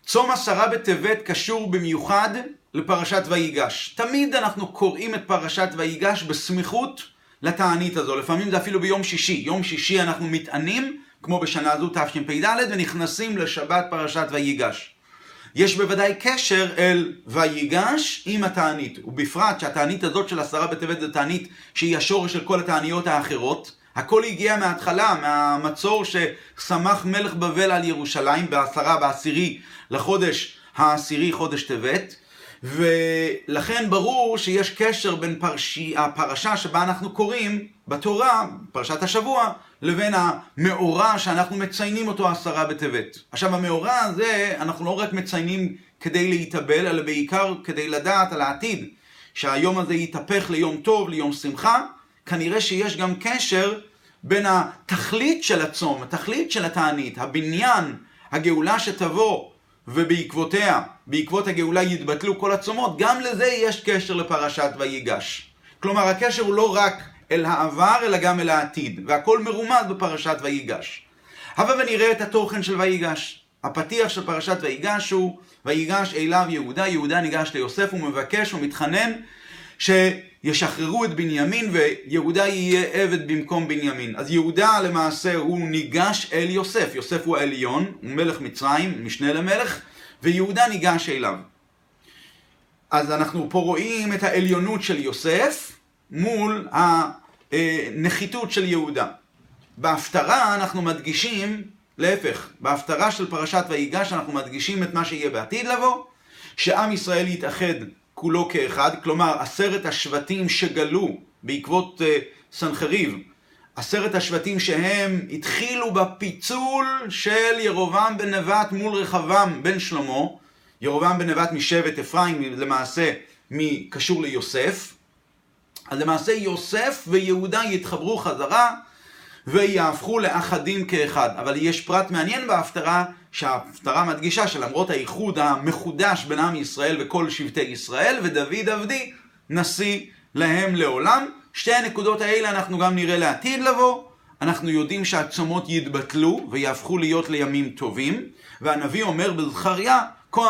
צום 10 בטבת קשור במיוחד לפרשת ויגש. תמיד אנחנו קוראים את פרשת ויגש בסמיכות לתענית הזו. לפעמים זה אפילו ביום שישי. יום שישי אנחנו מתענים, כמו בשנה זו תשפ"ד, ונכנסים לשבת פרשת ויגש. יש בוודאי קשר אל ויגש עם התענית, ובפרט שהתענית הזאת של 10 בטבת זה תענית שהיא השורש של כל התעניות האחרות. הכל הגיע מההתחלה, מהמצור ששמח מלך בבל על ירושלים בעשירי לחודש העשירי, חודש טבת, ולכן ברור שיש קשר בין הפרשה שבה אנחנו קוראים בתורה, פרשת השבוע, לבין המאורע שאנחנו מציינים אותו 10 בטבת. עכשיו המאורע הזה אנחנו לא רק מציינים כדי להתאבל, אלא בעיקר כדי לדעת על העתיד, שהיום הזה יתהפך ליום טוב, ליום שמחה. כנראה שיש גם קשר בין התכלית של הצום, התכלית של התענית, הבניין, הגאולה שתבוא, ובעקבותיה, בעקבות הגאולה יתבטלו כל הצומות, גם לזה יש קשר לפרשת ויגש. כלומר, הקשר הוא לא רק אל העבר, אלא גם אל העתיד, והכל מרומז בפרשת ויגש. אבל נראה את התוכן של ויגש. הפתיח של פרשת ויגש הוא, ויגש אליו יהודה, יהודה ניגש ליוסף ומבקש ומתחנן שישחררו את בנימין ויהודה יהיה עבד במקום בנימין. אז יהודה למעשה הוא ניגש אל יוסף. יוסף הוא העליון, הוא מלך מצרים, משנה למלך, ויהודה ניגש אליו. אז אנחנו פה רואים את העליונות של יוסף מול הנחיתות של יהודה. בהפטרה אנחנו מדגישים, להפך, בהפטרה של פרשת ויגש אנחנו מדגישים את מה שיהיה בעתיד לבוא, שעם ישראל יתאחד כולו כאחד, כלומר 10 השבטים שגלו בעקבות סנחריב, 10 השבטים שהם התחילו בפיצול של ירובעם בן נבט מול רחבעם בן שלמה. ירובעם בן נבט משבט אפרים למעשה קשור ליוסף, אז למעשה יוסף ויהודה יתחברו חזרה ויהפכו לאחדים כאחד. אבל יש פרט מעניין בהפטרה, שההפטרה מדגישה שלמרות האיחוד המחודש בין עם ישראל וכל שבטי ישראל, ודוד עבדי נשיא להם לעולם. שתי הנקודות האלה אנחנו גם נראה לעתיד לבוא. אנחנו יודעים שהצומות יתבטלו ויהפכו להיות לימים טובים, והנביא אומר בזכריה, כה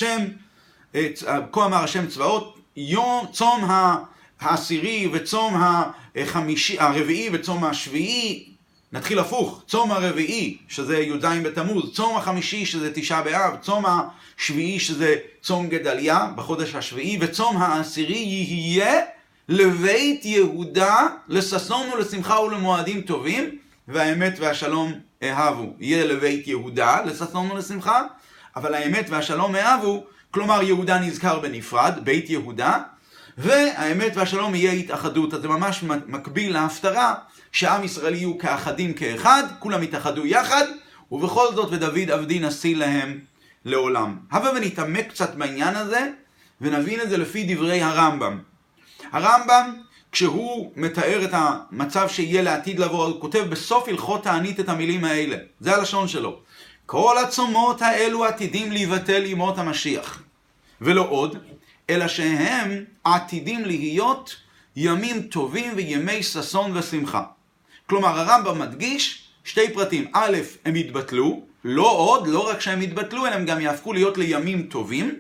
אמר השם צבאות, צום העשירי וצום הרביעי וצום השביעי, נתחיל הפוך, צום הרביעי שזה י"ז בתמוז, צום החמישי שזה 9 באב, צום השביעי שזה צום גדליה בחודש השביעי, וצום העשירי יהיה לבית יהודה לששון ולשמחה ולמועדים טובים, והאמת והשלום אהבו. יהיה לבית יהודה לששון ולשמחה, אבל האמת והשלום אהבו, כלומר יהודה נזכר בנפרד, בית יהודה, והאמת והשלום יהיה התאחדות. אז זה ממש מקביל להפטרה שעם ישראל יהיו כאחדים כאחד, כולם יתאחדו יחד, ובכל זאת ודוד עבדי נשיא להם לעולם. הבה ונתעמק קצת בעניין הזה ונבין את זה לפי דברי הרמב"ם. הרמב"ם, כשהוא מתאר את המצב שיהיה לעתיד לבוא, הוא כותב בסוף הלכות תענית את המילים האלה. זה הלשון שלו. כל הצומות האלו עתידים להיבטל ימות המשיח, ולא עוד, אלא שהם עתידים להיות ימים טובים וימי ששון ושמחה. כלומר, הרמב"ם מדגיש שתי פרטים. א', הם יתבטלו, לא עוד, לא רק שהם יתבטלו, אלא הם גם יהפכו להיות לימים טובים,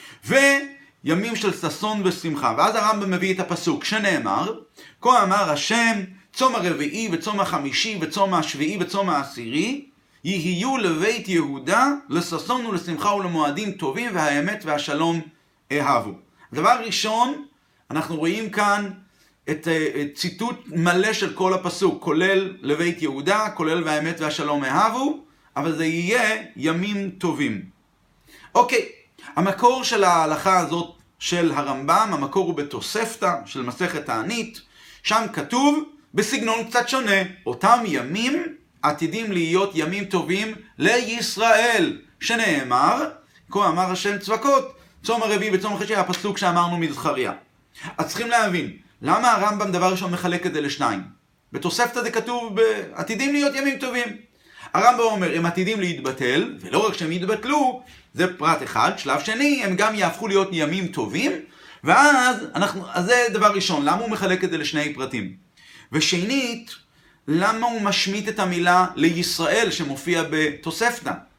וימים של ששון ושמחה. ואז הרמב"ם מביא את הפסוק שנאמר, כה אמר השם, צום הרביעי וצום החמישי וצום השביעי וצום העשירי, יהיו לבית יהודה לששון ולשמחה ולמועדים טובים, והאמת והשלום אהבו. דבר ראשון, אנחנו רואים כאן את ציטוט מלא של כל הפסוק, כולל לבית יהודה, כולל והאמת והשלום אהבו, אבל זה יהיה ימים טובים. אוקיי, המקור של ההלכה הזאת של הרמב"ם, המקור הוא בתוספתא של מסכת תענית, שם כתוב בסגנון קצת שונה, אותם ימים עתידים להיות ימים טובים לישראל, שנאמר, כה אמר השם צבקות, צום הרביעי וצום החמישי, הפסוק שאמרנו מזכריה. אז צריכים להבין, למה הרמב"ם דבר ראשון מחלק את זה לשניים? בתוספתא זה כתוב עתידים להיות ימים טובים. הרמב"ם אומר, הם עתידים להתבטל, ולא רק שהם יתבטלו, זה פרט אחד. שלב שני, הם גם יהפכו להיות ימים טובים, ואז אז זה דבר ראשון, למה הוא מחלק את זה לשני פרטים? ושנית, למה הוא משמיט את המילה לישראל שמופיע בתוספתא?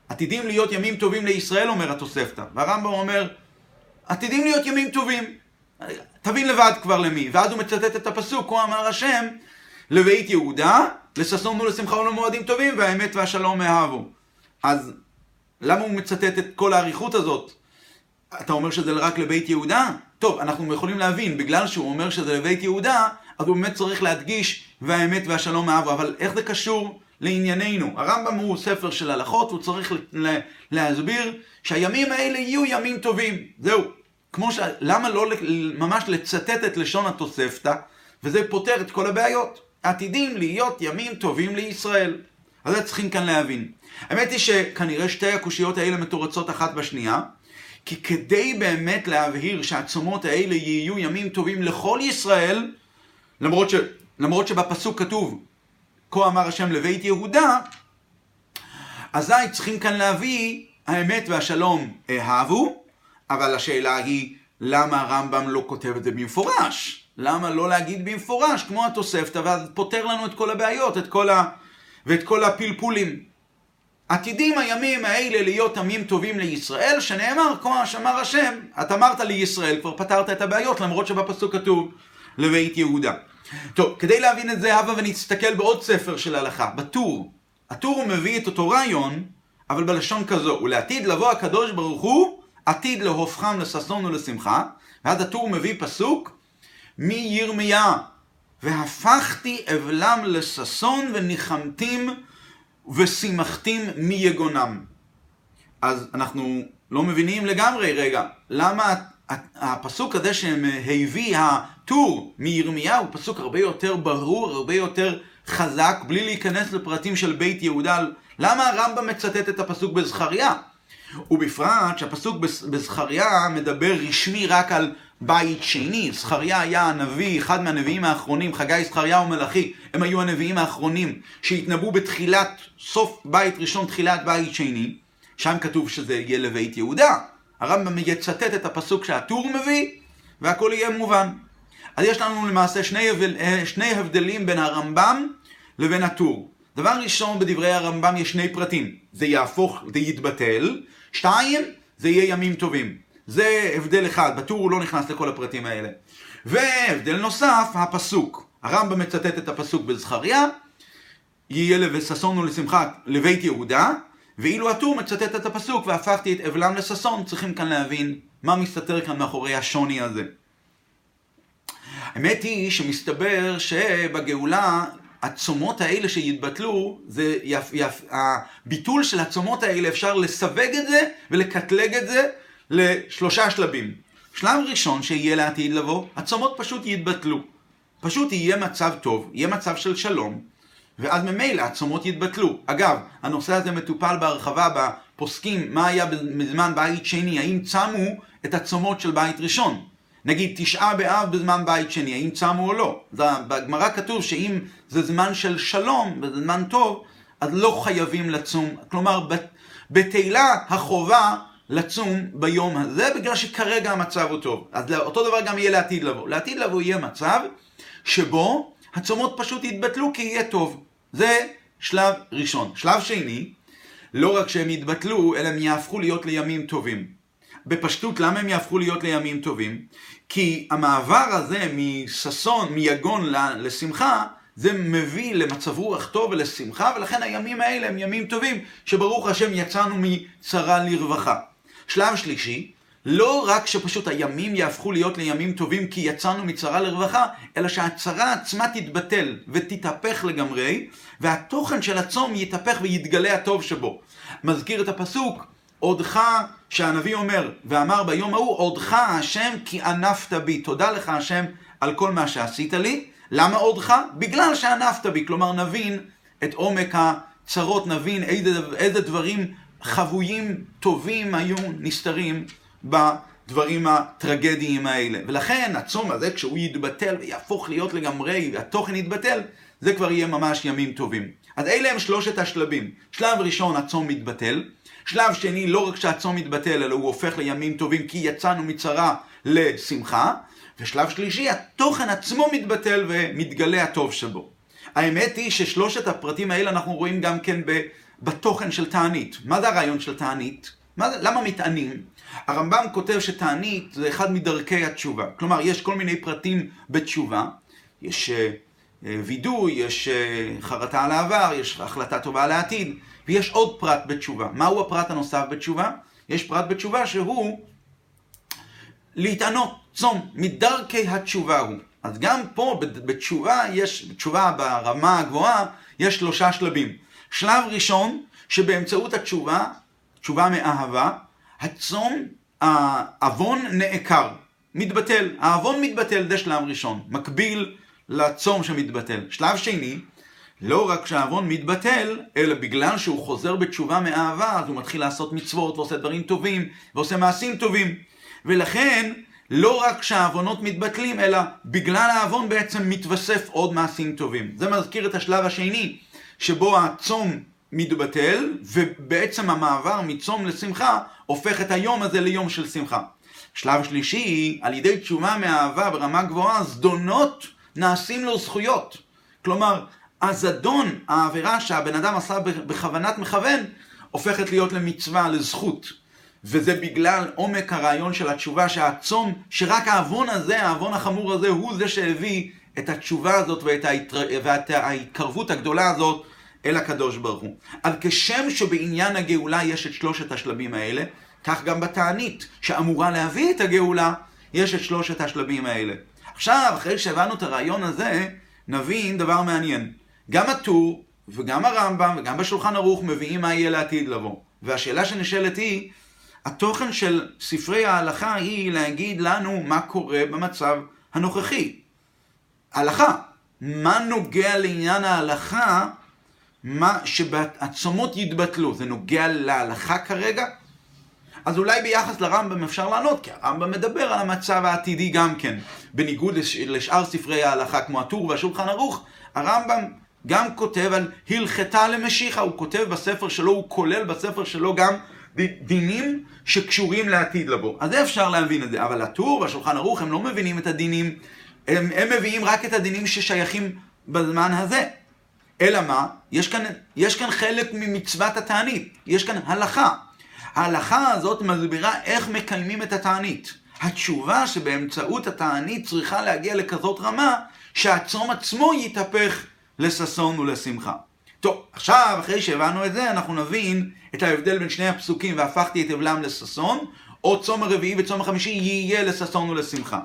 עתידים להיות ימים טובים לישראל, אומר התוספתא. והרמב"ם אומר, עתידים להיות ימים טובים. תבין לבד כבר למי. ואז הוא מצטט את הפסוק, כה אמר השם, לבית יהודה, לששון ולשמחה ולמועדים טובים, והאמת והשלום אהבו. אז למה הוא מצטט את כל האריכות הזאת? אתה אומר שזה רק לבית יהודה? טוב, אנחנו יכולים להבין, בגלל שהוא אומר שזה לבית יהודה, אז הוא באמת צריך להדגיש והאמת והשלום אהבו. אבל איך זה קשור לענייננו? הרמב"ם הוא ספר של הלכות, הוא צריך להסביר שהימים האלה יהיו ימים טובים. זהו. למה לא ממש לצטט את לשון התוספתא, וזה פותר את כל הבעיות. עתידים להיות ימים טובים לישראל. אז זה צריכים כאן להבין. האמת היא שכנראה שתי הקושיות האלה מתורצות אחת בשנייה, כי כדי באמת להבהיר שהצומות האלה יהיו ימים טובים לכל ישראל, למרות שבפסוק כתוב, כה אמר השם לבית יהודה, אזי צריכים כאן להביא האמת והשלום אהבו, אבל השאלה היא, למה הרמב"ם לא כותב את זה במפורש? למה לא להגיד במפורש כמו התוספתא, ואז פותר לנו את כל הבעיות, ואת כל הפלפולים. עתידים הימים האלה להיות ימים טובים לישראל, שנאמר, כה אמר השם, את אמרת לי ישראל, כבר פתרת את הבעיות, למרות שבפסוק כתוב לבית יהודה. טוב, כדי להבין את זה, הבה ונצטכל בעוד ספר של הלכה, בטור. הטור הוא מביא את אותו רעיון, אבל בלשון כזו, ולעתיד לבוא הקדוש ברוך הוא, עתיד להופכם לששון ולשמחה, ואז הטור מביא פסוק, מירמיה, והפכתי אבלם לששון וניחמתים ושמחתים מיגונם. אז אנחנו לא מבינים לגמרי, רגע, למה הפסוק הזה שהביא הטור מירמיה הוא פסוק הרבה יותר ברור, הרבה יותר חזק, בלי להיכנס לפרטים של בית יהודה. למה הרמב"ם מצטט את הפסוק בזכריה? ובפרט שהפסוק בזכריה מדבר רשמי רק על בית שני. זכריה היה הנביא, אחד מהנביאים האחרונים, חגי, זכריה ומלאכי, הם היו הנביאים האחרונים שהתנבאו בתחילת, סוף בית ראשון, תחילת בית שני, שם כתוב שזה יהיה לבית יהודה. הרמב"ם יצטט את הפסוק שהטור מביא, והכל יהיה מובן. אז יש לנו למעשה שני הבדלים בין הרמב"ם לבין הטור. דבר ראשון, בדברי הרמב"ם יש שני פרטים. זה יתבטל. 2, זה יהיה ימים טובים. זה הבדל אחד. בטור הוא לא נכנס לכל הפרטים האלה. והבדל נוסף, הפסוק. הרמב"ם מצטט את הפסוק בזכריה, יהיה לששון ולשמחה לבית יהודה, ואילו הטור מצטט את הפסוק, והפכתי את אבלם לששון. צריכים כאן להבין מה מסתתר כאן מאחורי השוני הזה. האמת היא שמסתבר שבגאולה הצומות האלה שיתבטלו, הביטול של הצומות האלה אפשר לסווג את זה ולקטלג את זה לשלושה שלבים. שלב ראשון שיהיה לעתיד לבוא, הצומות פשוט יתבטלו. פשוט יהיה מצב טוב, יהיה מצב של שלום, ואז ממילא הצומות יתבטלו. אגב, הנושא הזה מטופל בהרחבה בפוסקים, מה היה בזמן בית שני, האם צמו את הצומות של בית ראשון. נגיד 9 באב בזמן בית שני, האם צמו או לא. בגמרא כתוב שאם זה זמן של שלום, זה זמן טוב, אז לא חייבים לצום. כלומר, בתהילה החובה לצום ביום הזה, בגלל שכרגע המצב הוא טוב. אז אותו דבר גם יהיה לעתיד לבוא. לעתיד לבוא יהיה מצב שבו הצומות פשוט יתבטלו כי יהיה טוב. זה שלב ראשון. שלב שני, לא רק שהם יתבטלו, אלא הם יהפכו להיות לימים טובים. בפשטות, למה הם יהפכו להיות לימים טובים? כי המעבר הזה מששון, מיגון לשמחה, זה מביא למצב רוח טוב ולשמחה, ולכן הימים האלה הם ימים טובים, שברוך השם יצאנו מצרה לרווחה. שלב שלישי, לא רק שפשוט הימים יהפכו להיות לימים טובים כי יצאנו מצרה לרווחה, אלא שהצרה עצמה תתבטל ותתהפך לגמרי, והתוכן של הצום יתהפך ויתגלה הטוב שבו. מזכיר את הפסוק, עודך, שהנביא אומר, ואמר ביום ההוא, עודך השם כי ענפת בי. תודה לך השם על כל מה שעשית לי. למה עודך? בגלל שענפת בי. כלומר נבין את עומק הצרות, נבין איזה דברים חבויים טובים היו נסתרים בדברים הטרגדיים האלה. ולכן הצום הזה, כשהוא יתבטל ויהפוך להיות לגמרי, והתוכן יתבטל, זה כבר יהיה ממש ימים טובים. אז אלה הם שלושת השלבים. שלב ראשון, הצום מתבטל. שלב שני, לא רק שהצום מתבטל, אלא הוא הופך לימים טובים כי יצאנו מצרה לשמחה. ושלב שלישי, התוכן עצמו מתבטל ומתגלה הטוב שבו. האמת היא ששלושת הפרטים האלה אנחנו רואים גם כן בתוכן של תענית. מה זה הרעיון של תענית? למה מתענים? הרמב"ם כותב שתענית זה אחד מדרכי התשובה. כלומר, יש כל מיני פרטים בתשובה. יש וידוי, יש חרטה על העבר, יש החלטה טובה על העתיד, ויש עוד פרט בתשובה. מהו הפרט הנוסף בתשובה? יש פרט בתשובה שהוא להתענות, צום, מדרכי התשובה הוא. אז גם פה בתשובה, בתשובה ברמה הגבוהה, יש 3 שלבים. שלב ראשון, שבאמצעות התשובה, תשובה מאהבה, הצום, העוון נעקר, מתבטל. העוון מתבטל, זה שלב ראשון, מקביל לצום שמתבטל. שלב שני, לא רק שהעוון מתבטל, אלא בגלל שהוא חוזר בתשובה מאהבה, אז הוא מתחיל לעשות מצוות ועושה דברים טובים, ועושה מעשים טובים. ולכן, לא רק שהעוונות מתבטלים, אלא בגלל העוון בעצם מתווסף עוד מעשים טובים. זה מזכיר את השלב השני, שבו הצום מתבטל, ובעצם המעבר מצום לשמחה, הופך את היום הזה ליום של שמחה. שלב שלישי, על ידי תשובה מאהבה ברמה גבוהה, זדונות נעשים לו זכויות. כלומר, הזדון, העבירה שהבן אדם עשה בכוונת מכוון, הופכת להיות למצווה, לזכות. וזה בגלל עומק הרעיון של התשובה שהצום, שרק העוון הזה, העוון החמור הזה, הוא זה שהביא את התשובה הזאת ואת ההתקרבות הגדולה הזאת אל הקדוש ברוך הוא. אז כשם שבעניין הגאולה יש את 3 השלבים האלה, כך גם בתענית שאמורה להביא את הגאולה, יש את 3 השלבים האלה. עכשיו, אחרי שהבנו את הרעיון הזה, נבין דבר מעניין. גם הטור וגם הרמב"ם וגם בשולחן ערוך מביאים מה יהיה לעתיד לבוא. והשאלה שנשאלת היא, התוכן של ספרי ההלכה היא להגיד לנו מה קורה במצב הנוכחי. הלכה. מה נוגע לעניין ההלכה? מה שהצומות יתבטלו. זה נוגע להלכה כרגע? אז אולי ביחס לרמב"ם אפשר לענות, כי הרמב"ם מדבר על המצב העתידי גם כן. בניגוד לשאר ספרי ההלכה כמו הטור והשולחן ערוך, הרמב"ם גם כותב על הלכתה למשיחה. הוא כותב בספר שלו, הוא כולל בספר שלו גם דינים שקשורים לעתיד לבוא. אז אפשר להבין את זה, אבל הטור והשולחן ערוך הם לא מבינים את הדינים, הם מביאים רק את הדינים ששייכים בזמן הזה. אלא מה? יש כאן חלק ממצוות התענית, יש כאן הלכה. ההלכה הזאת מסבירה איך מקיימים את התענית. התשובה שבאמצעות התענית צריכה להגיע לכזאת רמה שהצום עצמו יתהפך לששון ולשמחה. טוב, עכשיו אחרי שהבנו את זה אנחנו נבין את ההבדל בין שני הפסוקים והפכתי את אבלם לששון, או צום הרביעי וצום החמישי יהיה לששון ולשמחה.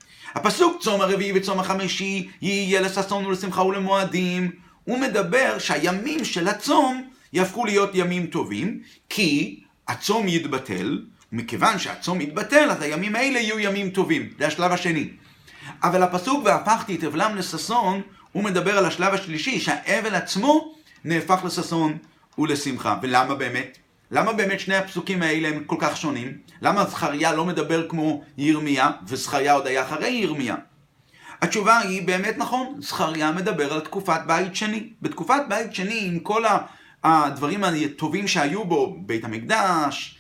הפסוק צום הרביעי וצום החמישי יהיה לששון ולשמחה ולמועדים, הוא מדבר שהימים של הצום יהפכו להיות ימים טובים, כי הצום יתבטל, ומכיוון שהצום יתבטל אז הימים האלה יהיו ימים טובים. זה השלב השני. אבל הפסוק והפכתי את אבלם לששון, הוא מדבר על השלב השלישי, שהאבל עצמו נהפך לששון ולשמחה. ולמה באמת? למה באמת שני הפסוקים האלה הם כל כך שונים? למה זכריה לא מדבר כמו ירמיה, וזכריה עוד היה אחרי ירמיה? התשובה היא באמת נכון, זכריה מדבר על תקופת בית שני. בתקופת בית שני, עם כל הדברים הטובים שהיו בו, בית המקדש,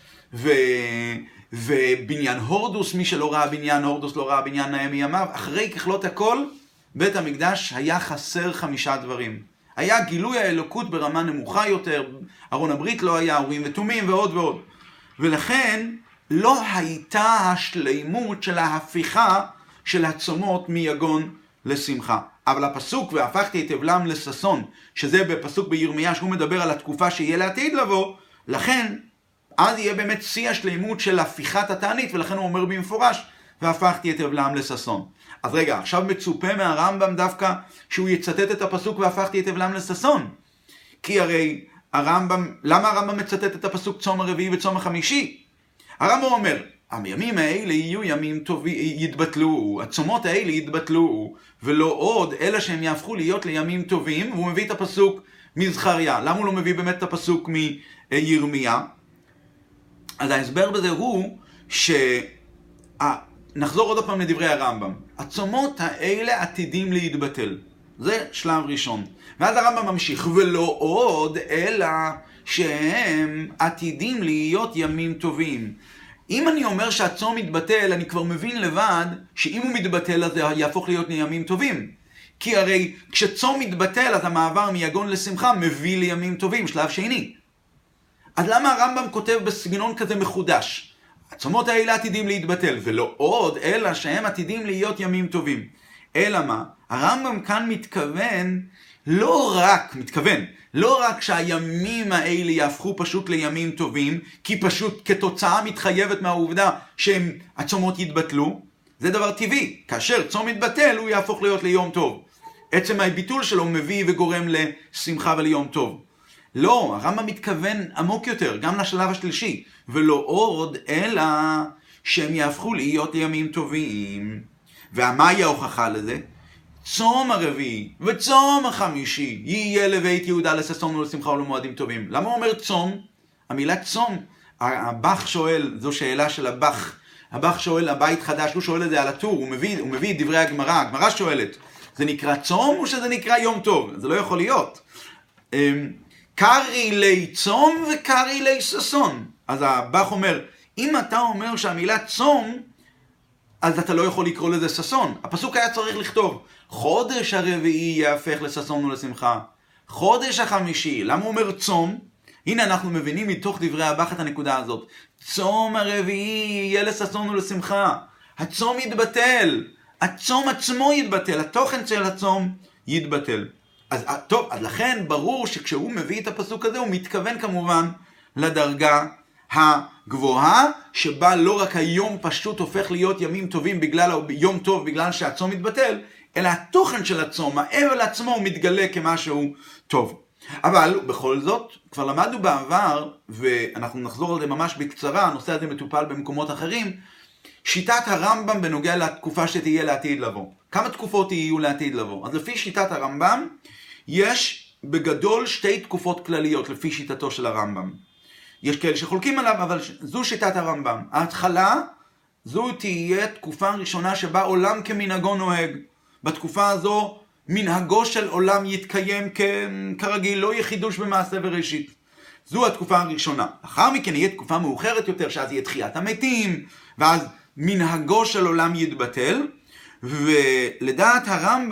ובניין הורדוס, מי שלא ראה בניין הורדוס לא ראה בניין נאה מימיו, אחרי ככלות הכל, בית המקדש היה חסר 5 דברים. היה גילוי האלוקות ברמה נמוכה יותר, ארון הברית לא היה, אורים ותומים ועוד ועוד. ולכן לא הייתה השלימות של ההפיכה של הצומות מיגון לשמחה. אבל הפסוק והפכתי את אבלם לששון, שזה בפסוק בירמיה שהוא מדבר על התקופה שיהיה לעתיד לבוא, לכן אז יהיה באמת שיא השלימות של הפיכת התענית, ולכן הוא אומר במפורש והפכתי את אבלם לששון. אז רגע, עכשיו מצופה מהרמב"ם דווקא שהוא יצטט את הפסוק והפכתי את אבלם לששון. כי הרי הרמב"ם, למה הרמב"ם מצטט את הפסוק צום הרביעי וצום החמישי? הרמב"ם אומר, הימים האלה יהיו ימים טובים, יתבטלו, הצומות האלה יתבטלו, ולא עוד, אלא שהם יהפכו להיות לימים טובים, והוא מביא את הפסוק מזכריה. למה הוא לא מביא באמת את הפסוק מירמיה? אז ההסבר בזה הוא נחזור עוד פעם לדברי הרמב"ם. הצומות האלה עתידים להתבטל. זה שלב ראשון. ואז הרמב"ם ממשיך, ולא עוד, אלא שהם עתידים להיות ימים טובים. אם אני אומר שהצום מתבטל, אני כבר מבין לבד שאם הוא מתבטל אז זה יהפוך להיות לימים טובים. כי הרי כשצום מתבטל אז המעבר מיגון לשמחה מביא לימים טובים, שלב שני. אז למה הרמב"ם כותב בסגנון כזה מחודש? הצומות האלה עתידים להתבטל, ולא עוד, אלא שהם עתידים להיות ימים טובים. אלא מה? הרמב"ם כאן לא רק שהימים האלה יהפכו פשוט לימים טובים, כי פשוט כתוצאה מתחייבת מהעובדה שהצומות יתבטלו, זה דבר טבעי. כאשר צום יתבטל, הוא יהפוך להיות ליום טוב. עצם הביטול שלו מביא וגורם לשמחה וליום טוב. לא, הרמב"ם מתכוון עמוק יותר, גם לשלב השלישי, ולא עוד, אלא שהם יהפכו להיות לימים טובים. ומהי ההוכחה לזה? צום הרביעי וצום החמישי יהיה לבית יהודה לששון ולשמחה ולמועדים טובים. למה הוא אומר צום? המילה צום, הבח שואל, זו שאלה של הבח. הבח שואל, הבית חדש, הוא שואל את זה על הטור, הוא מביא את דברי הגמרא. הגמרא שואלת, זה נקרא צום או שזה נקרא יום טוב? זה לא יכול להיות. קרי לי צום וקרי לי ששון. אז הבח אומר, אם אתה אומר שהמילה צום, אז אתה לא יכול לקרוא לזה ששון. הפסוק היה צריך לכתוב, חודש הרביעי יהפך לששון ולשמחה. חודש החמישי, למה הוא אומר צום? הנה אנחנו מבינים מתוך דברי הבח את הנקודה הזאת. צום הרביעי יהיה לששון ולשמחה. הצום יתבטל. הצום עצמו יתבטל. התוכן של הצום יתבטל. אז טוב, אז לכן ברור שכשהוא מביא את הפסוק הזה, הוא מתכוון כמובן לדרגה הגבוהה, שבה לא רק היום פשוט הופך להיות ימים טובים יום טוב בגלל שהצום מתבטל, אלא התוכן של הצום, האבל עצמו הוא מתגלה כמשהו טוב. אבל בכל זאת, כבר למדנו בעבר, ואנחנו נחזור על זה ממש בקצרה, הנושא הזה מטופל במקומות אחרים, שיטת הרמב"ם בנוגע לתקופה שתהיה לעתיד לבוא. כמה תקופות יהיו לעתיד לבוא? אז לפי שיטת הרמב"ם, יש בגדול שתי תקופות כלליות לפי שיטתו של הרמב"ם. יש כאלה שחולקים עליו, אבל זו שיטת הרמב"ם. ההתחלה, זו תהיה תקופה ראשונה שבה עולם כמנהגו נוהג. בתקופה הזו, מנהגו של עולם יתקיים כרגיל, לא יהיה חידוש במעשה וראשית. זו התקופה הראשונה. אחר מכן יהיה תקופה מאוחרת יותר, שאז יהיה תחיית המתים, ואז מנהגו של עולם יתבטל, ולדעת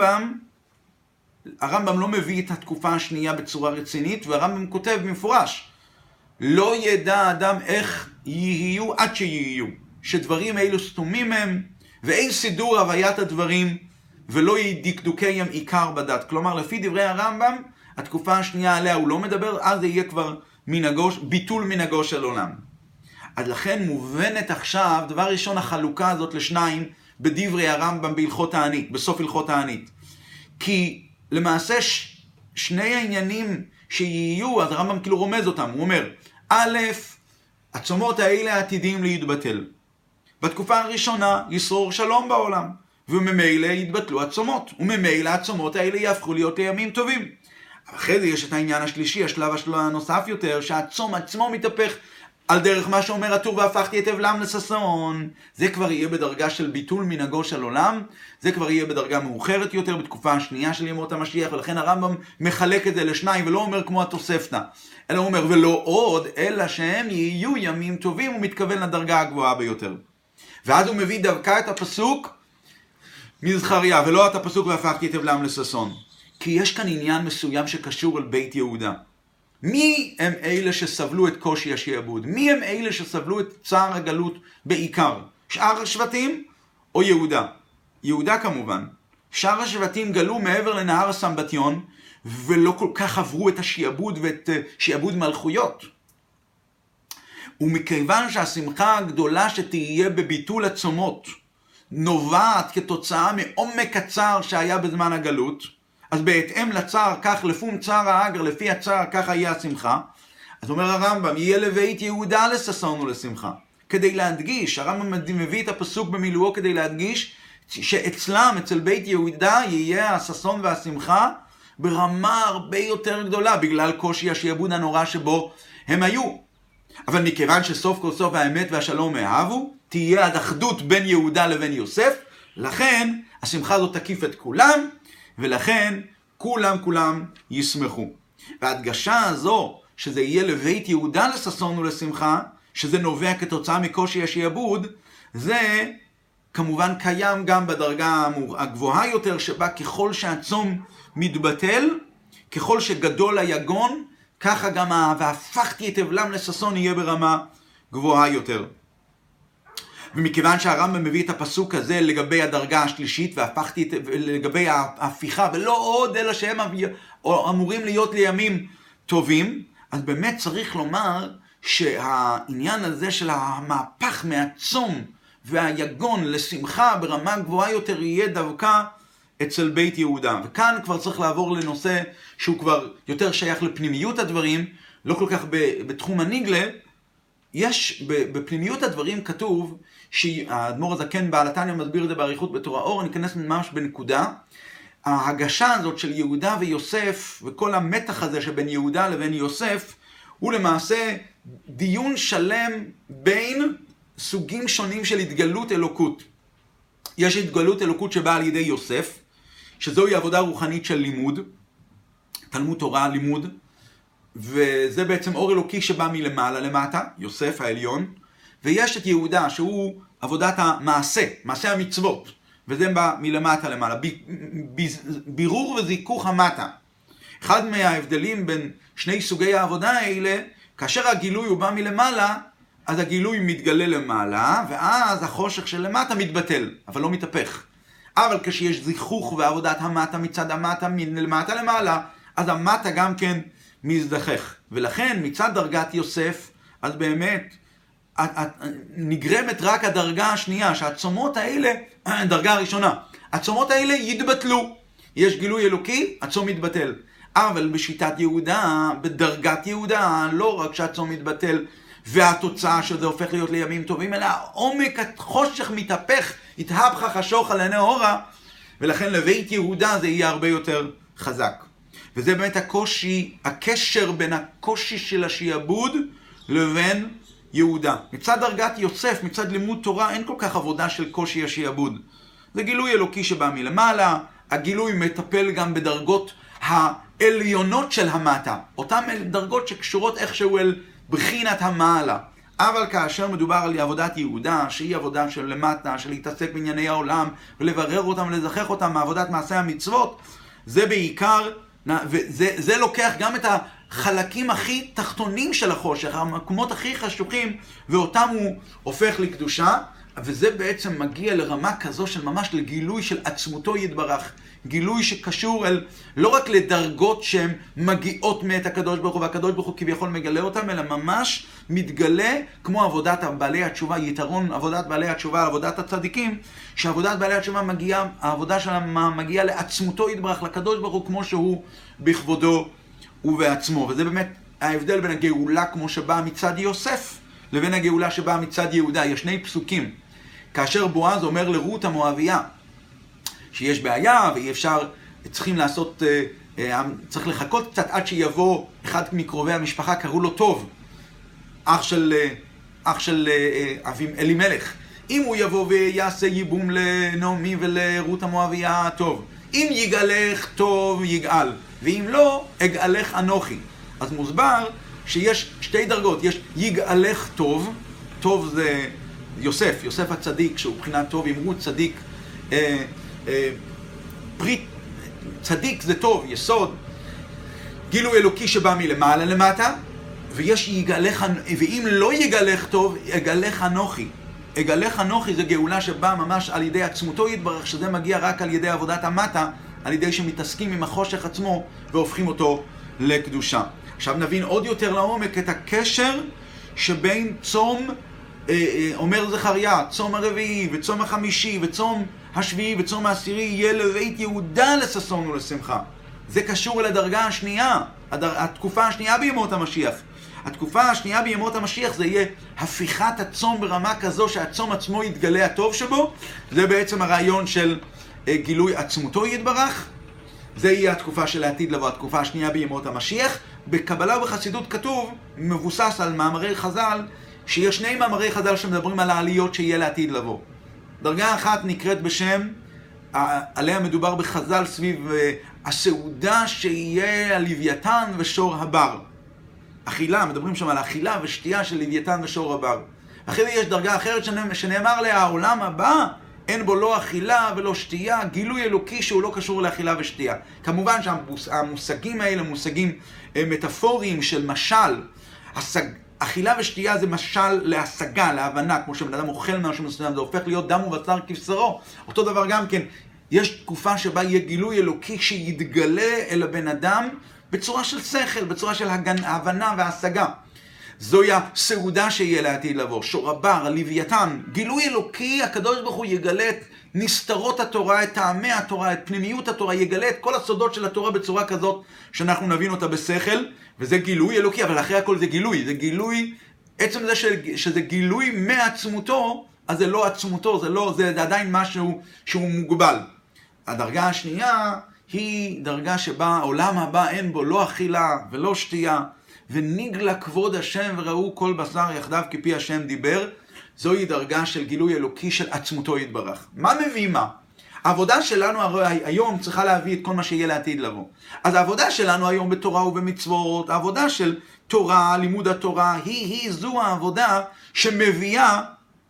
הרמב"ם לא מביא את התקופה השנייה בצורה רצינית, והרמב"ם כותב במפורש, לא ידע אדם איך יהיו עד שיהיו, שדברים האלו סתומים הם, ואין סידור הוויית הדברים, ולא ידקדוקיהם עיקר בדת. כלומר, לפי דברי הרמב"ם, התקופה השנייה עליה הוא לא מדבר, אז זה יהיה כבר ביטול מנהגו של עולם. אז לכן מובנת עכשיו, דבר ראשון, החלוקה הזאת לשניים בדברי הרמב"ם בהלכות הענית, בסוף הלכות הענית. כי למעשה שני העניינים שיהיו, אז הרמב"ם כאילו רומז אותם, הוא אומר, א', הצומות האלה עתידים להתבטל. בתקופה הראשונה ישרור שלום בעולם, וממילא יתבטלו הצומות, וממילא הצומות האלה יהפכו להיות לימים טובים. אחרי זה יש את העניין השלישי, השלב הנוסף יותר, שהצום עצמו מתהפך על דרך מה שאומר הטור והפכתי את אבלם לששון. זה כבר יהיה בדרגה של ביטול מנהגו של עולם, זה כבר יהיה בדרגה מאוחרת יותר, בתקופה השנייה של ימות המשיח, ולכן הרמב"ם מחלק את זה לשניים, ולא אומר כמו התוספתא, אלא הוא אומר, ולא עוד, אלא שהם יהיו ימים טובים, הוא מתכוון לדרגה הגבוהה ביותר. ואז הוא מביא דווקא את הפסוק מזכריה, ולא את הפסוק והפכתי את אבלם לששון. כי יש כאן עניין מסוים שקשור אל בית יהודה. מי הם אלה שסבלו את קושי השעבוד? מי הם אלה שסבלו את צער הגלות בעיקר? שאר השבטים או יהודה? יהודה כמובן. שאר השבטים גלו מעבר לנהר הסמבטיון, ולא כל כך עברו את השעבוד ואת שעבוד מלכויות. ומכיוון שהשמחה הגדולה שתהיה בביטול הצומות, נובעת כתוצאה מעומק הצער שהיה בזמן הגלות, אז בהתאם לצער, כך לפום צער האגר, לפי הצער, ככה יהיה השמחה. אז אומר הרמב"ם, יהיה לבית יהודה לששון ולשמחה. כדי להדגיש, הרמב"ם מביא את הפסוק במילואו כדי להדגיש, שאצלם, אצל בית יהודה, יהיה הששון והשמחה ברמה הרבה יותר גדולה, בגלל קושי השעבוד הנורא שבו הם היו. אבל מכיוון שסוף כל סוף האמת והשלום אהבו, תהיה האחדות בין יהודה לבין יוסף, לכן השמחה הזאת תקיף את כולם, ולכן כולם ישמחו. וההדגשה הזו, שזה יהיה לבית יהודה לששון ולשמחה, שזה נובע כתוצאה מקושי השעבוד, זה כמובן קיים גם בדרגה הגבוהה יותר, שבה ככל שהצום מתבטל, ככל שגדול היגון, ככה גם והפכתי את אבלם לששון יהיה ברמה גבוהה יותר. ומכיוון שהרמב"ם מביא את הפסוק הזה לגבי הדרגה השלישית, לגבי ההפיכה, ולא עוד אלא שהם אמורים להיות לימים טובים, אז באמת צריך לומר שהעניין הזה של המהפך מהצום והיגון לשמחה ברמה גבוהה יותר יהיה דווקא אצל בית יהודה. וכאן כבר צריך לעבור לנושא שהוא כבר יותר שייך לפנימיות הדברים, לא כל כך בתחום הנגלה. יש בפנימיות הדברים כתוב, שהאדמו"ר הזקן בעל התניא מסביר את זה באריכות בתורה אור, אני אכנס ממש בנקודה. ההגשה הזאת של יהודה ויוסף, וכל המתח הזה שבין יהודה לבין יוסף, הוא למעשה דיון שלם בין סוגים שונים של התגלות אלוקות. יש התגלות אלוקות שבאה על ידי יוסף, שזוהי עבודה רוחנית של לימוד, תלמוד תורה, לימוד, וזה בעצם אור אלוקי שבא מלמעלה למטה, יוסף העליון, ויש את יהודה שהוא עבודת המעשה, מעשה המצוות, וזה בא מלמטה למעלה, בירור וזיכוך המטה. אחד מההבדלים בין שני סוגי העבודה האלה, כאשר הגילוי הוא בא מלמעלה, אז הגילוי מתגלה למעלה, ואז החושך של למטה מתבטל, אבל לא מתהפך. אבל כשיש זיכוך ועבודת המטה מצד המטה, מלמטה למעלה, אז המטה גם כן מזדחך. ולכן מצד דרגת יוסף, אז באמת נגרמת רק הדרגה השנייה, שהצומות האלה, דרגה הראשונה, הצומות האלה יתבטלו. יש גילוי אלוקי, הצום מתבטל. אבל בשיטת יהודה, בדרגת יהודה, לא רק שהצום מתבטל, והתוצאה של זה הופך להיות לימים טובים, אלא עומק החושך מתהפך, התהפך החשוך על עיני אורה, ולכן לבית יהודה זה יהיה הרבה יותר חזק. וזה באמת הקושי, הקשר בין הקושי של השיעבוד לבין יהודה. מצד דרגת יוסף, מצד לימוד תורה, אין כל כך עבודה של קושי השיעבוד. זה גילוי אלוקי שבא מלמעלה, הגילוי מטפל גם בדרגות העליונות של המטה, אותן דרגות שקשורות איכשהו אל בחינת המעלה. אבל כאשר מדובר על עבודת יהודה, שהיא עבודה של למטה, של להתעסק בענייני העולם, ולברר אותם ולזכח אותם מעבודת מעשה המצוות, זה בעיקר, וזה לוקח גם את החלקים הכי תחתונים של החושך, המקומות הכי חשוכים, ואותם הוא הופך לקדושה, וזה בעצם מגיע לרמה כזו של ממש לגילוי של עצמותו יתברך, גילוי שקשור לא רק לדרגות שהן מגיעות מאת הקדוש ברוך הוא, והקדוש ברוך הוא כביכול מגלה אותם, אלא ממש מתגלה כמו עבודת בעלי התשובה, יתרון עבודת בעלי התשובה על עבודת הצדיקים, שעבודת בעלי התשובה מגיעה, העבודה שלהם מגיעה לעצמותו יתברך, לקדוש ברוך הוא כמו שהוא בכבודו ובעצמו. וזה באמת ההבדל בין הגאולה כמו שבאה מצד יוסף, לבין הגאולה שבאה מצד יהודה. יש שני פסוקים. כאשר בועז אומר לרות המואביה, שיש בעיה ואי אפשר, צריכים לעשות, צריך לחכות קצת עד שיבוא אחד מקרובי המשפחה, קראו לו טוב, אח של אלימלך. אם הוא יבוא ויעשה ייבום לנעמי ולרות המואביה, טוב. אם יגאלך טוב יגאל, ואם לא, אגאלך אנוכי. אז מוסבר שיש שתי דרגות, יש יגאלך טוב, טוב זה יוסף הצדיק, שהוא מבחינת טוב, אמרו צדיק, פרי, צדיק זה טוב, יסוד, גילוי אלוקי שבא מלמעלה למטה, ויש יגאלך, ואם לא יגאלך טוב, אגאלך אנוכי. אגאלך אנוכי זה גאולה שבאה ממש על ידי עצמותו יתברך, שזה מגיע רק על ידי עבודת המטה, על ידי שמתעסקים עם החושך עצמו והופכים אותו לקדושה. עכשיו נבין עוד יותר לעומק את הקשר שבין צום, אומר זכריה, צום הרביעי וצום החמישי וצום השביעי וצום העשירי יהיה לבית יהודה לששון ולשמחה. זה קשור אל הדרגה השנייה, התקופה השנייה בימות המשיח. התקופה השנייה בימות המשיח זה יהיה הפיכת הצום ברמה כזו שהצום עצמו יתגלה הטוב שבו. זה בעצם הרעיון של גילוי עצמותו יתברך. זה יהיה התקופה של העתיד לבוא, התקופה השנייה בימות המשיח. בקבלה ובחסידות כתוב, מבוסס על מאמרי חז"ל, שיש שני מאמרי חז"ל שמדברים על העליות שיהיה לעתיד לבוא. דרגה אחת נקראת בשם, עליה מדובר בחז"ל סביב הסעודה שיהיה הלוויתן ושור הבר. אכילה, מדברים שם על אכילה ושתייה של לוויתן ושור הבר. אחרי זה יש דרגה אחרת שנאמר לה, העולם הבא, אין בו לא אכילה ולא שתייה, גילוי אלוקי שהוא לא קשור לאכילה ושתייה. כמובן שהמושגים האלה מושגים מטאפוריים של משל. אכילה ושתייה זה משל להשגה, להבנה, כמו שבן אדם אוכל משהו מסוים, זה הופך להיות דם ובשר כבשרו. אותו דבר גם כן, יש תקופה שבה יהיה גילוי אלוקי שיתגלה אל הבן אדם בצורה של שכל, בצורה של הבנה והשגה. זוהי הסעודה שיהיה לעתיד לבוא, שור הבר, הלוויתן, גילוי אלוקי, הקדוש ברוך הוא יגלה את נסתרות התורה, את טעמי התורה, את פנימיות התורה, יגלה את כל הסודות של התורה בצורה כזאת שאנחנו נבין אותה בשכל, וזה גילוי אלוקי, אבל אחרי הכל זה גילוי, עצם זה שזה גילוי מעצמותו, אז זה לא עצמותו, זה עדיין משהו שהוא מוגבל. הדרגה השנייה היא דרגה שבה העולם הבא אין בו לא אכילה ולא שתייה, ונגלה כבוד השם וראו כל בשר יחדיו כפי השם דיבר. זוהי דרגה של גילוי אלוקי של עצמותו יתברך. מה מביא מה? העבודה שלנו היום צריכה להביא את כל מה שיהיה לעתיד לבוא. אז העבודה שלנו היום בתורה ובמצוות, העבודה של תורה, לימוד התורה, היא זו העבודה שמביאה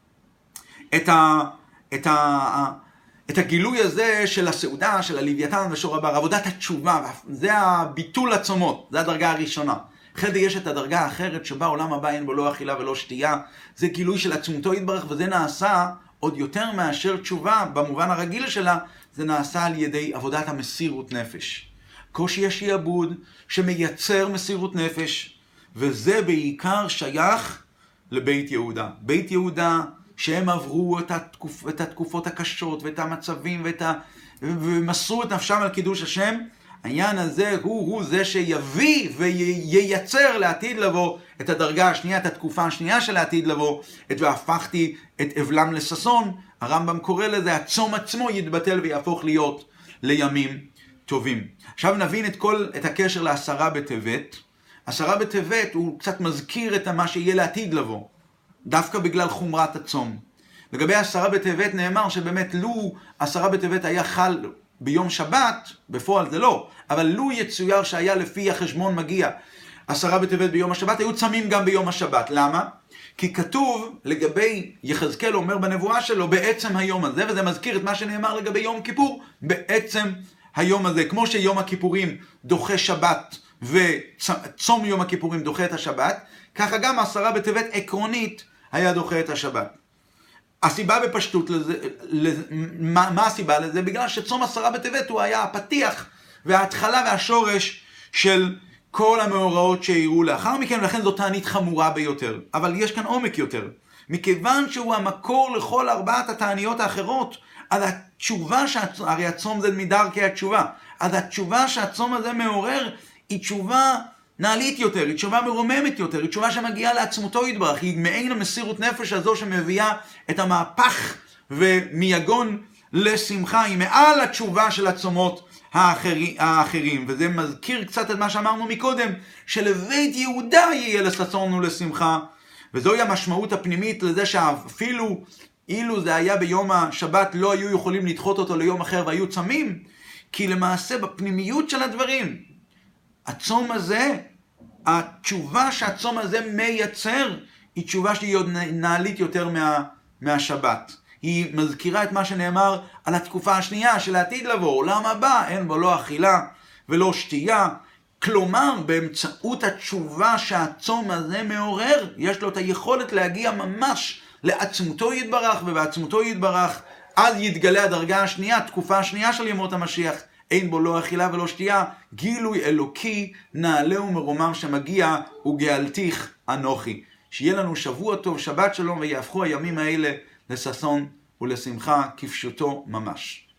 את הגילוי הזה של הסעודה, של הלוויתן ושור הבר, עבודת התשובה, זה הביטול הצומות, זה הדרגה הראשונה. אחרי זה יש את הדרגה האחרת שבה עולם הבא אין בו לא אכילה ולא שתייה, זה גילוי של עצמותו יתברך, וזה נעשה עוד יותר מאשר תשובה, במובן הרגיל שלה, זה נעשה על ידי עבודת המסירות נפש. קושי השעבוד שמייצר מסירות נפש, וזה בעיקר שייך לבית יהודה. בית יהודה שהם עברו את התקופות הקשות ואת המצבים ומסרו את נפשם על קידוש השם, העניין הזה הוא זה שיביא וייצר לעתיד לבוא את הדרגה השנייה, את התקופה השנייה של העתיד לבוא, והפכתי את אבלם לששון. הרמב"ם קורא לזה, הצום עצמו יתבטל ויהפוך להיות לימים טובים. עכשיו נבין את הקשר לעשרה בטבת. עשרה בטבת הוא קצת מזכיר את מה שיהיה לעתיד לבוא, דווקא בגלל חומרת הצום. לגבי עשרה בטבת נאמר שבאמת לו עשרה בטבת היה חל ביום שבת, בפועל זה לא, אבל לו יצויר שהיה לפי החשבון מגיע עשרה בטבת ביום השבת, היו צמים גם ביום השבת. למה? כי כתוב לגבי יחזקאל אומר בנבואה שלו בעצם היום הזה, וזה מזכיר את מה שנאמר לגבי יום כיפור, בעצם היום הזה. כמו שיום הכיפורים דוחה שבת וצום יום הכיפורים דוחה את השבת, ככה גם עשרה בטבת עקרונית היה דוחה את השבת. הסיבה בפשטות לזה, מה הסיבה לזה? בגלל שצום עשרה בטבת הוא היה הפתיח וההתחלה והשורש של כל המאורעות שהיראו לאחר מכן, ולכן זו תענית חמורה ביותר. אבל יש כאן עומק יותר. מכיוון שהוא המקור לכל ארבעת התעניות האחרות, אז התשובה, הרי הצום זה מדרכי התשובה, אז התשובה שהצום הזה מעורר היא תשובה נעלית יותר, היא תשובה מרוממת יותר, היא תשובה שמגיעה לעצמותו יתברך, היא מעין המסירות נפש הזו שמביאה את המהפך ומיגון לשמחה, היא מעל התשובה של הצומות האחרים, וזה מזכיר קצת את מה שאמרנו מקודם, שלבית יהודה יהיה לששון ולשמחה, וזוהי המשמעות הפנימית לזה שאפילו אילו זה היה ביום השבת לא היו יכולים לדחות אותו ליום אחר והיו צמים, כי למעשה בפנימיות של הדברים, הצום הזה, התשובה שהצום הזה מייצר, היא תשובה שהיא עוד נעלית יותר מהשבת. היא מזכירה את מה שנאמר על התקופה השנייה של העתיד לבוא, עולם הבא, אין בו לא אכילה ולא שתייה. כלומר, באמצעות התשובה שהצום הזה מעורר, יש לו את היכולת להגיע ממש לעצמותו יתברך, ובעצמותו יתברך, אז יתגלה הדרגה השנייה, התקופה השנייה של ימות המשיח, אין בו לא אכילה ולא שתייה, גילוי אלוקי נעלה ומרומם שמגיע, וגאלתיך אנוכי. שיהיה לנו שבוע טוב, שבת שלום, ויהפכו הימים האלה לששון ולשמחה כפשוטו ממש.